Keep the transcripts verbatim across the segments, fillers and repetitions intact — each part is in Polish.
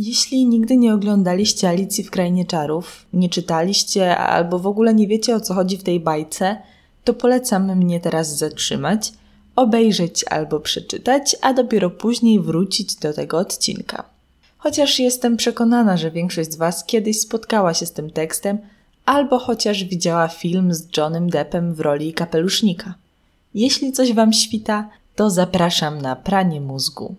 Jeśli nigdy nie oglądaliście Alicji w Krainie Czarów, nie czytaliście albo w ogóle nie wiecie, o co chodzi w tej bajce, to polecam mnie teraz zatrzymać, obejrzeć albo przeczytać, a dopiero później wrócić do tego odcinka. Chociaż jestem przekonana, że większość z Was kiedyś spotkała się z tym tekstem, albo chociaż widziała film z Johnnym Deppem w roli kapelusznika. Jeśli coś Wam świta, to zapraszam na pranie mózgu.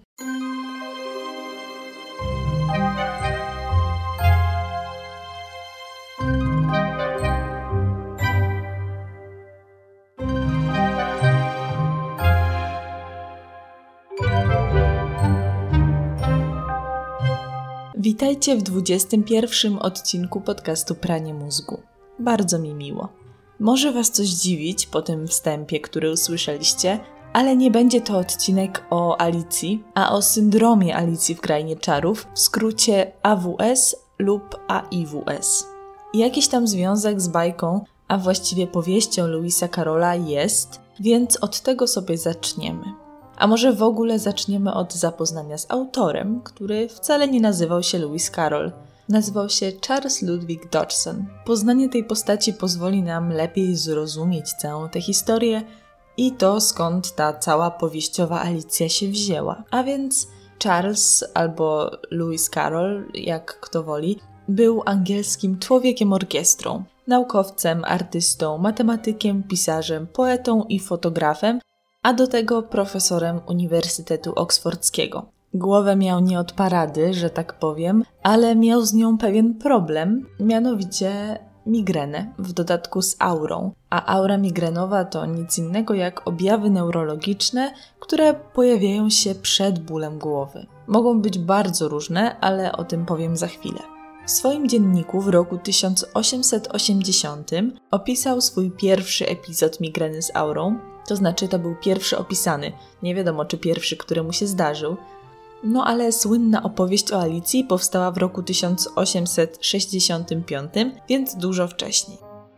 Witajcie w dwudziestym pierwszym odcinku podcastu Pranie Mózgu. Bardzo mi miło. Może Was coś dziwić po tym wstępie, który usłyszeliście, ale nie będzie to odcinek o Alicji, a o syndromie Alicji w Krainie Czarów, w skrócie A W S lub A I W S. Jakiś tam związek z bajką, a właściwie powieścią Lewisa Carrolla jest, więc od tego sobie zaczniemy. A może w ogóle zaczniemy od zapoznania z autorem, który wcale nie nazywał się Lewis Carroll. Nazywał się Charles Ludwig Dodgson. Poznanie tej postaci pozwoli nam lepiej zrozumieć całą tę historię i to, skąd ta cała powieściowa Alicja się wzięła. A więc Charles albo Lewis Carroll, jak kto woli, był angielskim człowiekiem orkiestrą, naukowcem, artystą, matematykiem, pisarzem, poetą i fotografem, a do tego profesorem Uniwersytetu Oksfordzkiego. Głowę miał nie od parady, że tak powiem, ale miał z nią pewien problem, mianowicie migrenę, w dodatku z aurą. A aura migrenowa to nic innego jak objawy neurologiczne, które pojawiają się przed bólem głowy. Mogą być bardzo różne, ale o tym powiem za chwilę. W swoim dzienniku w roku tysiąc osiemset osiemdziesiątym opisał swój pierwszy epizod migreny z aurą, to znaczy to był pierwszy opisany, nie wiadomo czy pierwszy, który mu się zdarzył, no ale słynna opowieść o Alicji powstała w roku tysiąc osiemset sześćdziesiątym piątym, więc dużo wcześniej.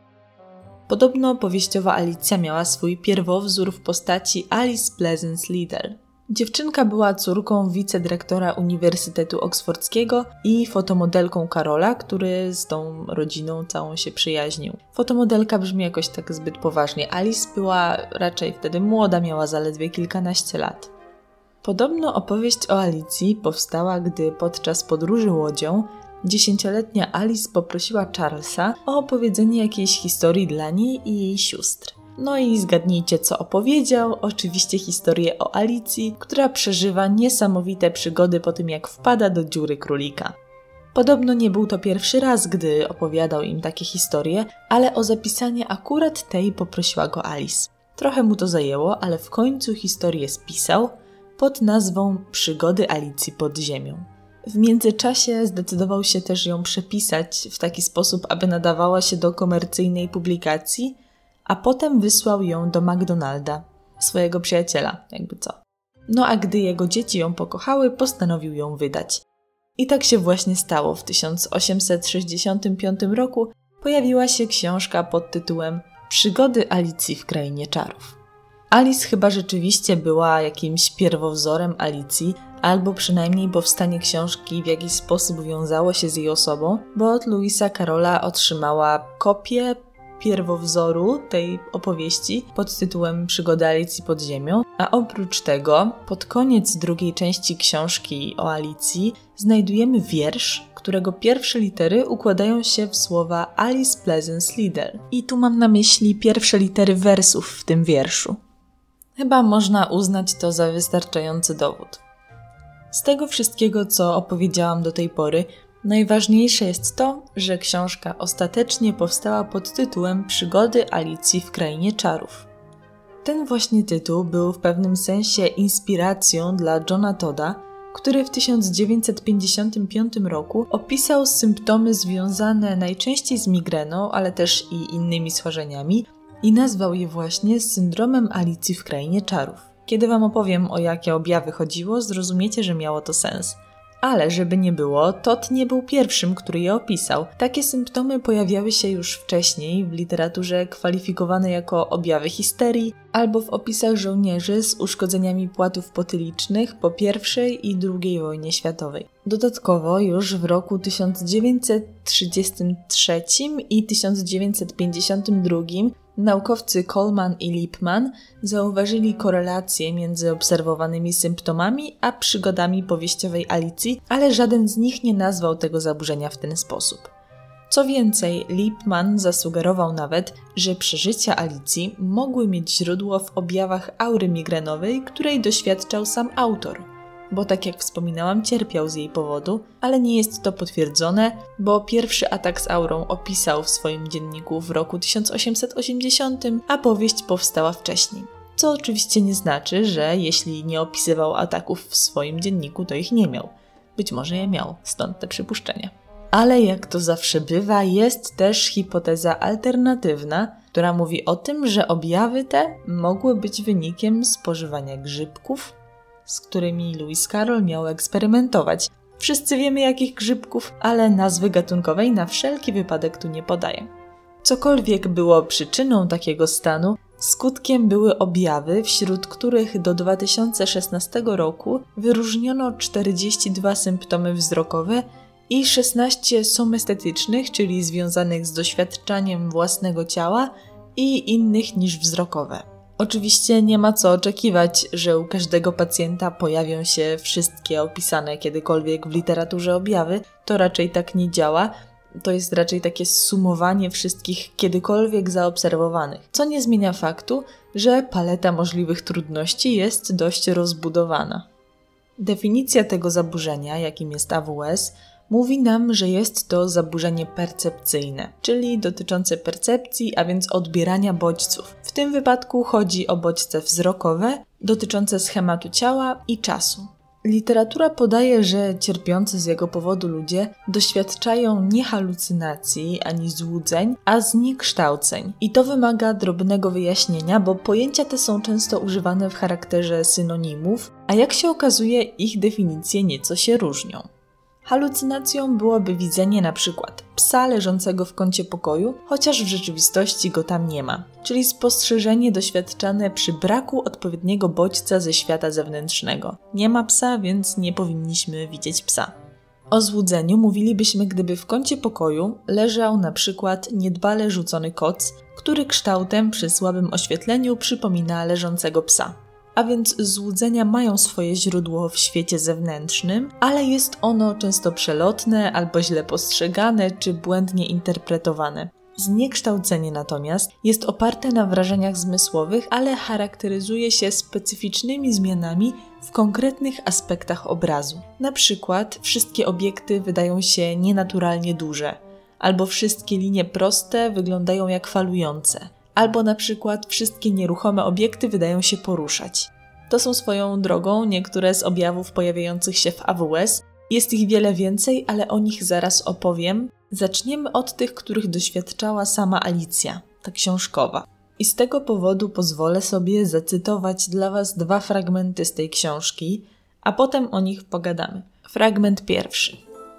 Podobno powieściowa Alicja miała swój pierwowzór w postaci Alice Pleasance Liddell. Dziewczynka była córką wicedyrektora Uniwersytetu Oksfordzkiego i fotomodelką Carrolla, który z tą rodziną całą się przyjaźnił. Fotomodelka brzmi jakoś tak zbyt poważnie. Alice była raczej wtedy młoda, miała zaledwie kilkanaście lat. Podobno opowieść o Alicji powstała, gdy podczas podróży łodzią dziesięcioletnia Alice poprosiła Charlesa o opowiedzenie jakiejś historii dla niej i jej sióstr. No i zgadnijcie, co opowiedział. Oczywiście historię o Alicji, która przeżywa niesamowite przygody po tym, jak wpada do dziury królika. Podobno nie był to pierwszy raz, gdy opowiadał im takie historie, ale o zapisanie akurat tej poprosiła go Alice. Trochę mu to zajęło, ale w końcu historię spisał pod nazwą Przygody Alicji pod ziemią. W międzyczasie zdecydował się też ją przepisać w taki sposób, aby nadawała się do komercyjnej publikacji, a potem wysłał ją do McDonalda, swojego przyjaciela, jakby co. No a gdy jego dzieci ją pokochały, postanowił ją wydać. I tak się właśnie stało. W tysiąc osiemset sześćdziesiątym piątym roku pojawiła się książka pod tytułem Przygody Alicji w Krainie Czarów. Alice chyba rzeczywiście była jakimś pierwowzorem Alicji, albo przynajmniej powstanie książki w jakiś sposób wiązało się z jej osobą, bo od Lewisa Carrolla otrzymała kopię pierwowzoru tej opowieści pod tytułem Przygody Alicji pod ziemią, a oprócz tego pod koniec drugiej części książki o Alicji znajdujemy wiersz, którego pierwsze litery układają się w słowa Alice Pleasance Liddell. I tu mam na myśli pierwsze litery wersów w tym wierszu. Chyba można uznać to za wystarczający dowód. Z tego wszystkiego, co opowiedziałam do tej pory, najważniejsze jest to, że książka ostatecznie powstała pod tytułem Przygody Alicji w Krainie Czarów. Ten właśnie tytuł był w pewnym sensie inspiracją dla Johna Todda, który w tysiąc dziewięćset pięćdziesiątym piątym roku opisał symptomy związane najczęściej z migreną, ale też i innymi schorzeniami i nazwał je właśnie syndromem Alicji w Krainie Czarów. Kiedy Wam opowiem, o jakie objawy chodziło, zrozumiecie, że miało to sens. Ale żeby nie było, Todd nie był pierwszym, który je opisał. Takie symptomy pojawiały się już wcześniej w literaturze kwalifikowanej jako objawy histerii albo w opisach żołnierzy z uszkodzeniami płatów potylicznych po pierwszej i drugiej wojnie światowej. Dodatkowo już w roku tysiąc dziewięćset trzydziestym trzecim i tysiąc dziewięćset pięćdziesiątym drugim naukowcy Coleman i Lipman zauważyli korelację między obserwowanymi symptomami a przygodami powieściowej Alicji, ale żaden z nich nie nazwał tego zaburzenia w ten sposób. Co więcej, Lipman zasugerował nawet, że przeżycia Alicji mogły mieć źródło w objawach aury migrenowej, której doświadczał sam autor. Bo tak jak wspominałam, cierpiał z jej powodu, ale nie jest to potwierdzone, bo pierwszy atak z aurą opisał w swoim dzienniku w roku tysiąc osiemset osiemdziesiątym, a powieść powstała wcześniej. Co oczywiście nie znaczy, że jeśli nie opisywał ataków w swoim dzienniku, to ich nie miał. Być może je miał, stąd te przypuszczenia. Ale jak to zawsze bywa, jest też hipoteza alternatywna, która mówi o tym, że objawy te mogły być wynikiem spożywania grzybków, z którymi Lewis Carroll miał eksperymentować. Wszyscy wiemy jakich grzybków, ale nazwy gatunkowej na wszelki wypadek tu nie podaję. Cokolwiek było przyczyną takiego stanu, skutkiem były objawy, wśród których do dwa tysiące szesnastego roku wyróżniono czterdzieści dwa symptomy wzrokowe i szesnaście somestetycznych, czyli związanych z doświadczaniem własnego ciała i innych niż wzrokowe. Oczywiście nie ma co oczekiwać, że u każdego pacjenta pojawią się wszystkie opisane kiedykolwiek w literaturze objawy, to raczej tak nie działa, to jest raczej takie sumowanie wszystkich kiedykolwiek zaobserwowanych, co nie zmienia faktu, że paleta możliwych trudności jest dość rozbudowana. Definicja tego zaburzenia, jakim jest A W S, mówi nam, że jest to zaburzenie percepcyjne, czyli dotyczące percepcji, a więc odbierania bodźców. W tym wypadku chodzi o bodźce wzrokowe, dotyczące schematu ciała i czasu. Literatura podaje, że cierpiący z jego powodu ludzie doświadczają nie halucynacji ani złudzeń, a zniekształceń. I to wymaga drobnego wyjaśnienia, bo pojęcia te są często używane w charakterze synonimów, a jak się okazuje, ich definicje nieco się różnią. Halucynacją byłoby widzenie na przykład psa leżącego w kącie pokoju, chociaż w rzeczywistości go tam nie ma, czyli spostrzeżenie doświadczane przy braku odpowiedniego bodźca ze świata zewnętrznego. Nie ma psa, więc nie powinniśmy widzieć psa. O złudzeniu mówilibyśmy, gdyby w kącie pokoju leżał na przykład niedbale rzucony koc, który kształtem przy słabym oświetleniu przypomina leżącego psa. A więc złudzenia mają swoje źródło w świecie zewnętrznym, ale jest ono często przelotne albo źle postrzegane czy błędnie interpretowane. Zniekształcenie natomiast jest oparte na wrażeniach zmysłowych, ale charakteryzuje się specyficznymi zmianami w konkretnych aspektach obrazu. Na przykład wszystkie obiekty wydają się nienaturalnie duże, albo wszystkie linie proste wyglądają jak falujące. Albo na przykład wszystkie nieruchome obiekty wydają się poruszać. To są swoją drogą niektóre z objawów pojawiających się w A W S. Jest ich wiele więcej, ale o nich zaraz opowiem. Zaczniemy od tych, których doświadczała sama Alicja, ta książkowa. I z tego powodu pozwolę sobie zacytować dla Was dwa fragmenty z tej książki, a potem o nich pogadamy. Fragment pierwszy.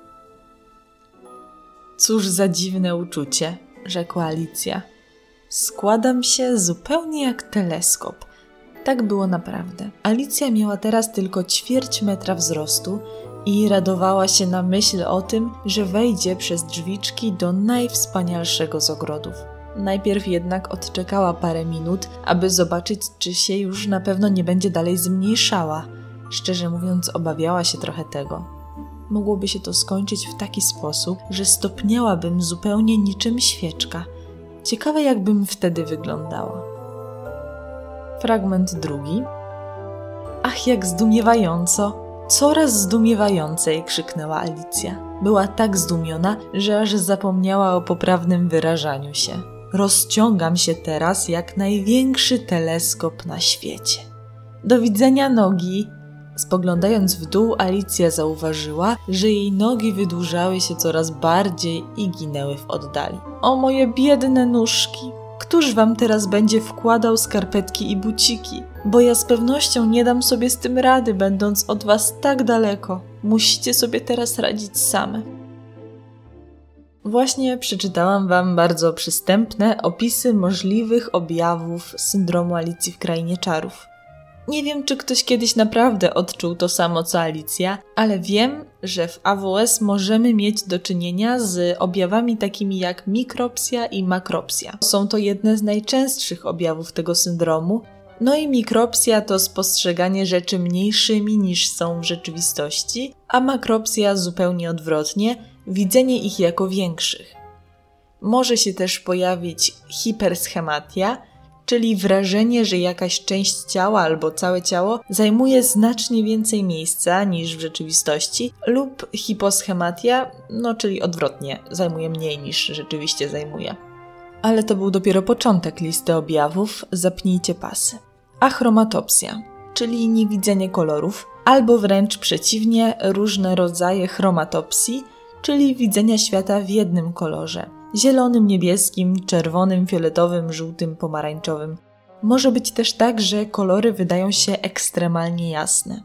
Cóż za dziwne uczucie, rzekła Alicja. Składam się zupełnie jak teleskop. Tak było naprawdę. Alicja miała teraz tylko ćwierć metra wzrostu i radowała się na myśl o tym, że wejdzie przez drzwiczki do najwspanialszego z ogrodów. Najpierw jednak odczekała parę minut, aby zobaczyć, czy się już na pewno nie będzie dalej zmniejszała. Szczerze mówiąc, obawiała się trochę tego. Mogłoby się to skończyć w taki sposób, że stopniałabym zupełnie niczym świeczka. Ciekawe, jakbym wtedy wyglądała. Fragment drugi. Ach, jak zdumiewająco! Coraz zdumiewającej, krzyknęła Alicja. Była tak zdumiona, że aż zapomniała o poprawnym wyrażaniu się. Rozciągam się teraz jak największy teleskop na świecie. Do widzenia nogi! Spoglądając w dół, Alicja zauważyła, że jej nogi wydłużały się coraz bardziej i ginęły w oddali. O moje biedne nóżki! Któż wam teraz będzie wkładał skarpetki i buciki? Bo ja z pewnością nie dam sobie z tym rady, będąc od was tak daleko. Musicie sobie teraz radzić same. Właśnie przeczytałam wam bardzo przystępne opisy możliwych objawów syndromu Alicji w Krainie Czarów. Nie wiem, czy ktoś kiedyś naprawdę odczuł to samo co Alicja, ale wiem, że w A W S możemy mieć do czynienia z objawami takimi jak mikropsja i makropsja. Są to jedne z najczęstszych objawów tego syndromu. No i mikropsja to spostrzeganie rzeczy mniejszymi niż są w rzeczywistości, a makropsja zupełnie odwrotnie, widzenie ich jako większych. Może się też pojawić hiperschematia, czyli wrażenie, że jakaś część ciała albo całe ciało zajmuje znacznie więcej miejsca niż w rzeczywistości, lub hiposchematia, no czyli odwrotnie, zajmuje mniej niż rzeczywiście zajmuje. Ale to był dopiero początek listy objawów, zapnijcie pasy. Achromatopsja, czyli niewidzenie kolorów, albo wręcz przeciwnie, różne rodzaje chromatopsji, czyli widzenia świata w jednym kolorze. Zielonym, niebieskim, czerwonym, fioletowym, żółtym, pomarańczowym. Może być też tak, że kolory wydają się ekstremalnie jasne.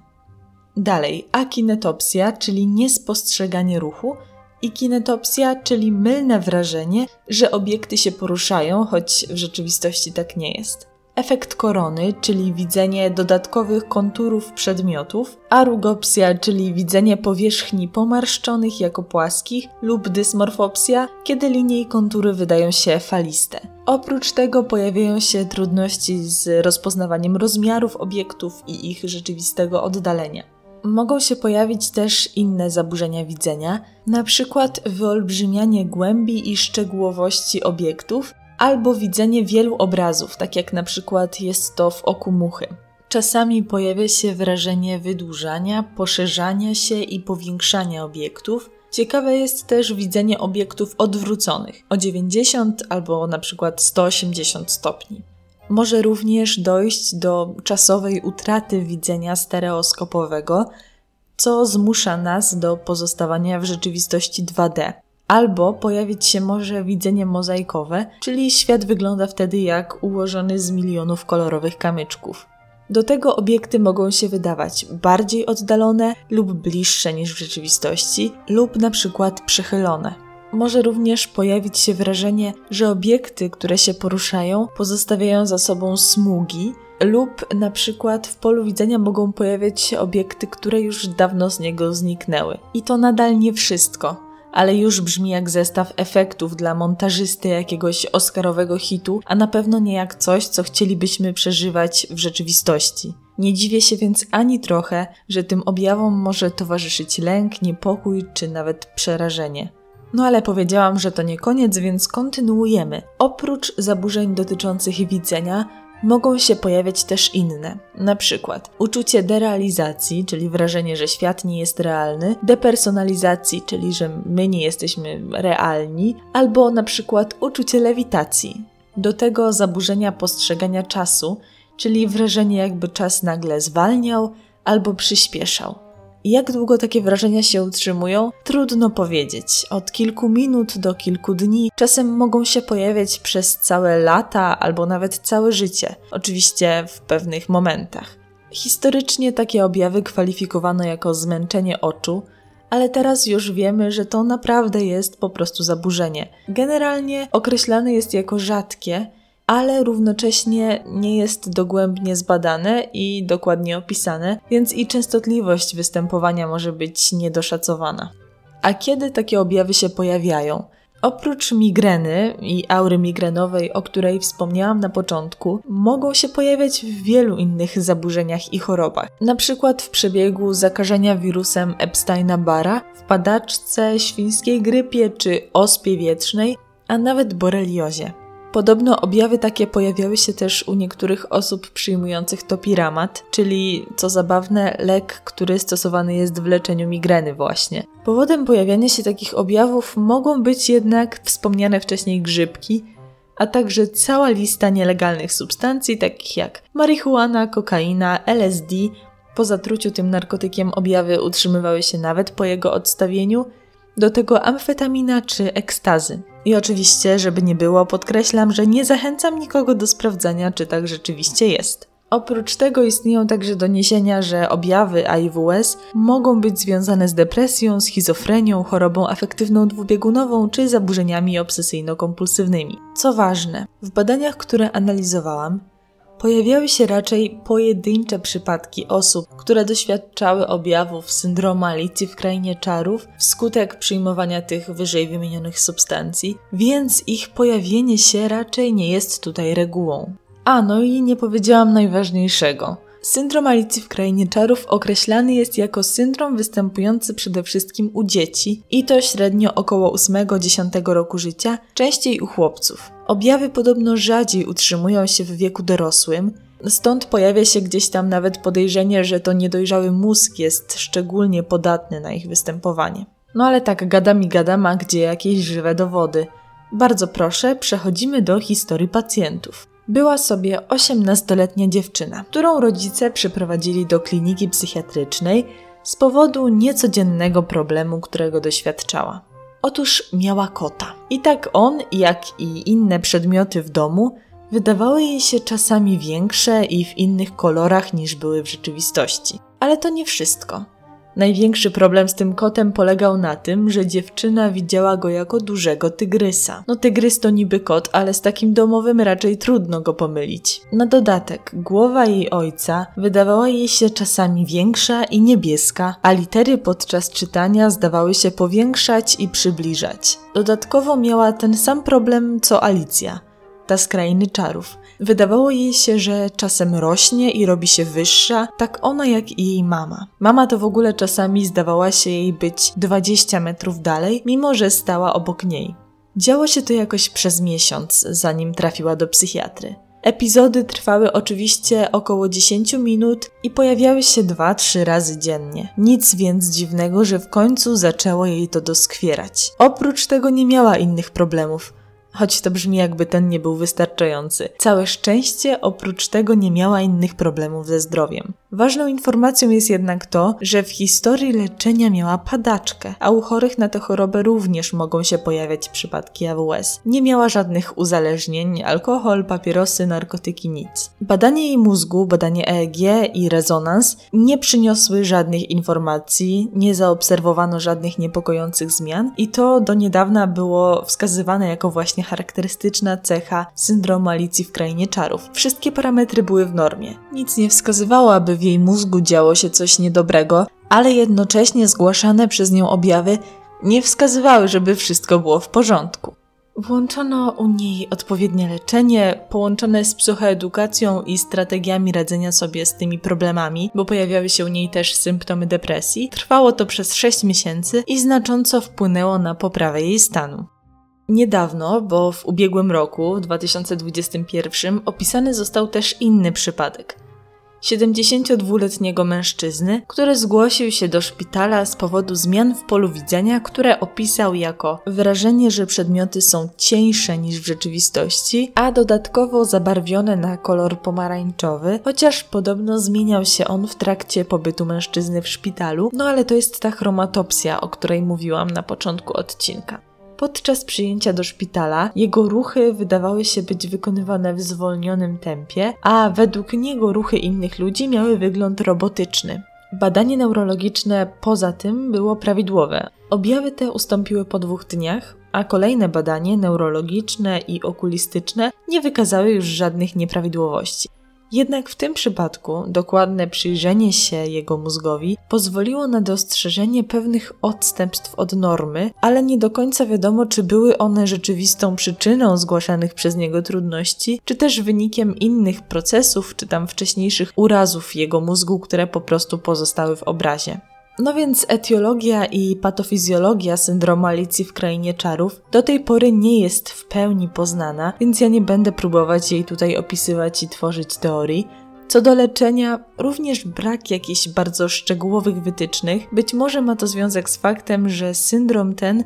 Dalej, akinetopsja, czyli niespostrzeganie ruchu, i kinetopsja, czyli mylne wrażenie, że obiekty się poruszają, choć w rzeczywistości tak nie jest. Efekt korony, czyli widzenie dodatkowych konturów przedmiotów, arugopsja, czyli widzenie powierzchni pomarszczonych jako płaskich, lub dysmorfopsja, kiedy linie i kontury wydają się faliste. Oprócz tego pojawiają się trudności z rozpoznawaniem rozmiarów obiektów i ich rzeczywistego oddalenia. Mogą się pojawić też inne zaburzenia widzenia, na przykład wyolbrzymianie głębi i szczegółowości obiektów, albo widzenie wielu obrazów, tak jak na przykład jest to w oku muchy. Czasami pojawia się wrażenie wydłużania, poszerzania się i powiększania obiektów. Ciekawe jest też widzenie obiektów odwróconych o dziewięćdziesiąt albo na przykład sto osiemdziesiąt stopni. Może również dojść do czasowej utraty widzenia stereoskopowego, co zmusza nas do pozostawania w rzeczywistości dwa D. Albo pojawić się może widzenie mozaikowe, czyli świat wygląda wtedy jak ułożony z milionów kolorowych kamyczków. Do tego obiekty mogą się wydawać bardziej oddalone lub bliższe niż w rzeczywistości, lub na przykład przechylone. Może również pojawić się wrażenie, że obiekty, które się poruszają, pozostawiają za sobą smugi, lub na przykład w polu widzenia mogą pojawiać się obiekty, które już dawno z niego zniknęły. I to nadal nie wszystko, ale już brzmi jak zestaw efektów dla montażysty jakiegoś oscarowego hitu, a na pewno nie jak coś, co chcielibyśmy przeżywać w rzeczywistości. Nie dziwię się więc ani trochę, że tym objawom może towarzyszyć lęk, niepokój czy nawet przerażenie. No ale powiedziałam, że to nie koniec, więc kontynuujemy. Oprócz zaburzeń dotyczących widzenia, mogą się pojawiać też inne, na przykład uczucie derealizacji, czyli wrażenie, że świat nie jest realny, depersonalizacji, czyli że my nie jesteśmy realni, albo na przykład uczucie lewitacji. Do tego zaburzenia postrzegania czasu, czyli wrażenie, jakby czas nagle zwalniał albo przyspieszał. Jak długo takie wrażenia się utrzymują? Trudno powiedzieć. Od kilku minut do kilku dni, czasem mogą się pojawiać przez całe lata albo nawet całe życie. Oczywiście w pewnych momentach. Historycznie takie objawy kwalifikowano jako zmęczenie oczu, ale teraz już wiemy, że to naprawdę jest po prostu zaburzenie. Generalnie określane jest jako rzadkie, ale równocześnie nie jest dogłębnie zbadane i dokładnie opisane, więc i częstotliwość występowania może być niedoszacowana. A kiedy takie objawy się pojawiają? Oprócz migreny i aury migrenowej, o której wspomniałam na początku, mogą się pojawiać w wielu innych zaburzeniach i chorobach. Na przykład w przebiegu zakażenia wirusem Epsteina-Barra, w padaczce, świńskiej grypie czy ospie wietrznej, a nawet boreliozie. Podobno objawy takie pojawiały się też u niektórych osób przyjmujących topiramat, czyli, co zabawne, lek, który stosowany jest w leczeniu migreny właśnie. Powodem pojawiania się takich objawów mogą być jednak wspomniane wcześniej grzybki, a także cała lista nielegalnych substancji, takich jak marihuana, kokaina, L S D. Po zatruciu tym narkotykiem objawy utrzymywały się nawet po jego odstawieniu. Do tego amfetamina czy ekstazy. I oczywiście, żeby nie było, podkreślam, że nie zachęcam nikogo do sprawdzania, czy tak rzeczywiście jest. Oprócz tego istnieją także doniesienia, że objawy A I W S mogą być związane z depresją, schizofrenią, chorobą afektywną dwubiegunową czy zaburzeniami obsesyjno-kompulsywnymi. Co ważne, w badaniach, które analizowałam, pojawiały się raczej pojedyncze przypadki osób, które doświadczały objawów syndromu Alicji w Krainie Czarów wskutek przyjmowania tych wyżej wymienionych substancji, więc ich pojawienie się raczej nie jest tutaj regułą. A, no i nie powiedziałam najważniejszego. Syndrom Alicji w Krainie Czarów określany jest jako syndrom występujący przede wszystkim u dzieci i to średnio około ósmego do dziesiątego roku życia, częściej u chłopców. Objawy podobno rzadziej utrzymują się w wieku dorosłym, stąd pojawia się gdzieś tam nawet podejrzenie, że to niedojrzały mózg jest szczególnie podatny na ich występowanie. No ale tak, gadam i gadam, a gdzie jakieś żywe dowody? Bardzo proszę, przechodzimy do historii pacjentów. Była sobie osiemnastoletnia dziewczyna, którą rodzice przyprowadzili do kliniki psychiatrycznej z powodu niecodziennego problemu, którego doświadczała. Otóż miała kota. I tak on, jak i inne przedmioty w domu, wydawały jej się czasami większe i w innych kolorach niż były w rzeczywistości. Ale to nie wszystko. Największy problem z tym kotem polegał na tym, że dziewczyna widziała go jako dużego tygrysa. No tygrys to niby kot, ale z takim domowym raczej trudno go pomylić. Na dodatek, głowa jej ojca wydawała jej się czasami większa i niebieska, a litery podczas czytania zdawały się powiększać i przybliżać. Dodatkowo miała ten sam problem co Alicja, ta z Krainy Czarów. Wydawało jej się, że czasem rośnie i robi się wyższa, tak ona jak i jej mama. Mama to w ogóle czasami zdawała się jej być dwadzieścia metrów dalej, mimo że stała obok niej. Działo się to jakoś przez miesiąc, zanim trafiła do psychiatry. Epizody trwały oczywiście około dziesięć minut i pojawiały się dwa trzy razy dziennie. Nic więc dziwnego, że w końcu zaczęło jej to doskwierać. Oprócz tego nie miała innych problemów. Choć to brzmi, jakby ten nie był wystarczający. Całe szczęście oprócz tego nie miała innych problemów ze zdrowiem. Ważną informacją jest jednak to, że w historii leczenia miała padaczkę, a u chorych na tę chorobę również mogą się pojawiać przypadki A W S. Nie miała żadnych uzależnień, alkohol, papierosy, narkotyki, nic. Badanie jej mózgu, badanie E E G i rezonans nie przyniosły żadnych informacji, nie zaobserwowano żadnych niepokojących zmian i to do niedawna było wskazywane jako właśnie charakterystyczna cecha syndromu Alicji w Krainie Czarów. Wszystkie parametry były w normie. Nic nie wskazywało, aby w jej mózgu działo się coś niedobrego, ale jednocześnie zgłaszane przez nią objawy nie wskazywały, żeby wszystko było w porządku. Włączono u niej odpowiednie leczenie, połączone z psychoedukacją i strategiami radzenia sobie z tymi problemami, bo pojawiały się u niej też symptomy depresji. Trwało to przez sześć miesięcy i znacząco wpłynęło na poprawę jej stanu. Niedawno, bo w ubiegłym roku, w dwa tysiące dwudziestym pierwszym, opisany został też inny przypadek. siedemdziesięciodwuletniego mężczyzny, który zgłosił się do szpitala z powodu zmian w polu widzenia, które opisał jako wrażenie, że przedmioty są cieńsze niż w rzeczywistości, a dodatkowo zabarwione na kolor pomarańczowy, chociaż podobno zmieniał się on w trakcie pobytu mężczyzny w szpitalu, no ale to jest ta chromatopsja, o której mówiłam na początku odcinka. Podczas przyjęcia do szpitala jego ruchy wydawały się być wykonywane w zwolnionym tempie, a według niego ruchy innych ludzi miały wygląd robotyczny. Badanie neurologiczne poza tym było prawidłowe. Objawy te ustąpiły po dwóch dniach, a kolejne badanie neurologiczne i okulistyczne nie wykazały już żadnych nieprawidłowości. Jednak w tym przypadku dokładne przyjrzenie się jego mózgowi pozwoliło na dostrzeżenie pewnych odstępstw od normy, ale nie do końca wiadomo, czy były one rzeczywistą przyczyną zgłaszanych przez niego trudności, czy też wynikiem innych procesów, czy tam wcześniejszych urazów jego mózgu, które po prostu pozostały w obrazie. No więc etiologia i patofizjologia syndromu Alicji w Krainie Czarów do tej pory nie jest w pełni poznana, więc ja nie będę próbować jej tutaj opisywać i tworzyć teorii. Co do leczenia, również brak jakichś bardzo szczegółowych wytycznych. Być może ma to związek z faktem, że syndrom ten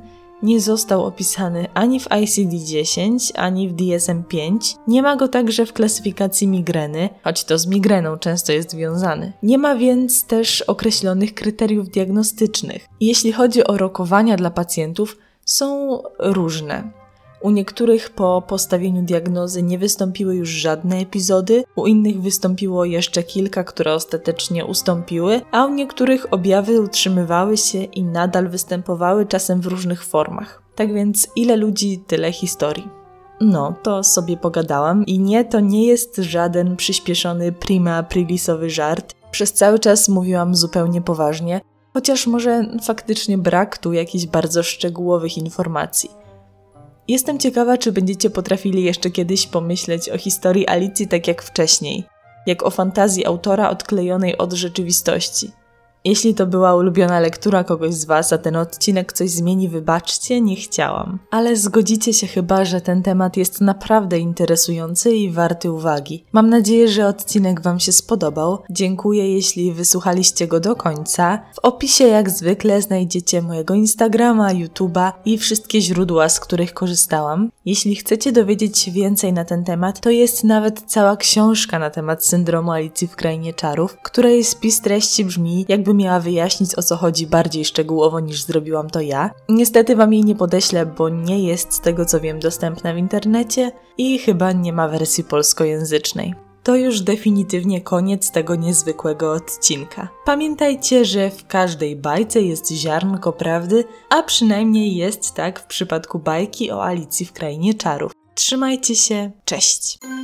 nie został opisany ani w I C D dziesięć, ani w D S M pięć. Nie ma go także w klasyfikacji migreny, choć to z migreną często jest związany. Nie ma więc też określonych kryteriów diagnostycznych. Jeśli chodzi o rokowania dla pacjentów, są różne. U niektórych po postawieniu diagnozy nie wystąpiły już żadne epizody, u innych wystąpiło jeszcze kilka, które ostatecznie ustąpiły, a u niektórych objawy utrzymywały się i nadal występowały, czasem w różnych formach. Tak więc ile ludzi, tyle historii. No, to sobie pogadałam i nie, to nie jest żaden przyspieszony prima aprilisowy żart. Przez cały czas mówiłam zupełnie poważnie, chociaż może faktycznie brak tu jakichś bardzo szczegółowych informacji. Jestem ciekawa, czy będziecie potrafili jeszcze kiedyś pomyśleć o historii Alicji tak jak wcześniej, jak o fantazji autora odklejonej od rzeczywistości. Jeśli to była ulubiona lektura kogoś z Was, a ten odcinek coś zmieni, wybaczcie, nie chciałam. Ale zgodzicie się chyba, że ten temat jest naprawdę interesujący i warty uwagi. Mam nadzieję, że odcinek Wam się spodobał. Dziękuję, jeśli wysłuchaliście go do końca. W opisie jak zwykle znajdziecie mojego Instagrama, YouTube'a i wszystkie źródła, z których korzystałam. Jeśli chcecie dowiedzieć się więcej na ten temat, to jest nawet cała książka na temat syndromu Alicji w Krainie Czarów, której spis treści brzmi, jakby miała wyjaśnić, o co chodzi bardziej szczegółowo niż zrobiłam to ja. Niestety Wam jej nie podeślę, bo nie jest z tego co wiem dostępna w internecie i chyba nie ma wersji polskojęzycznej. To już definitywnie koniec tego niezwykłego odcinka. Pamiętajcie, że w każdej bajce jest ziarnko prawdy, a przynajmniej jest tak w przypadku bajki o Alicji w Krainie Czarów. Trzymajcie się, cześć!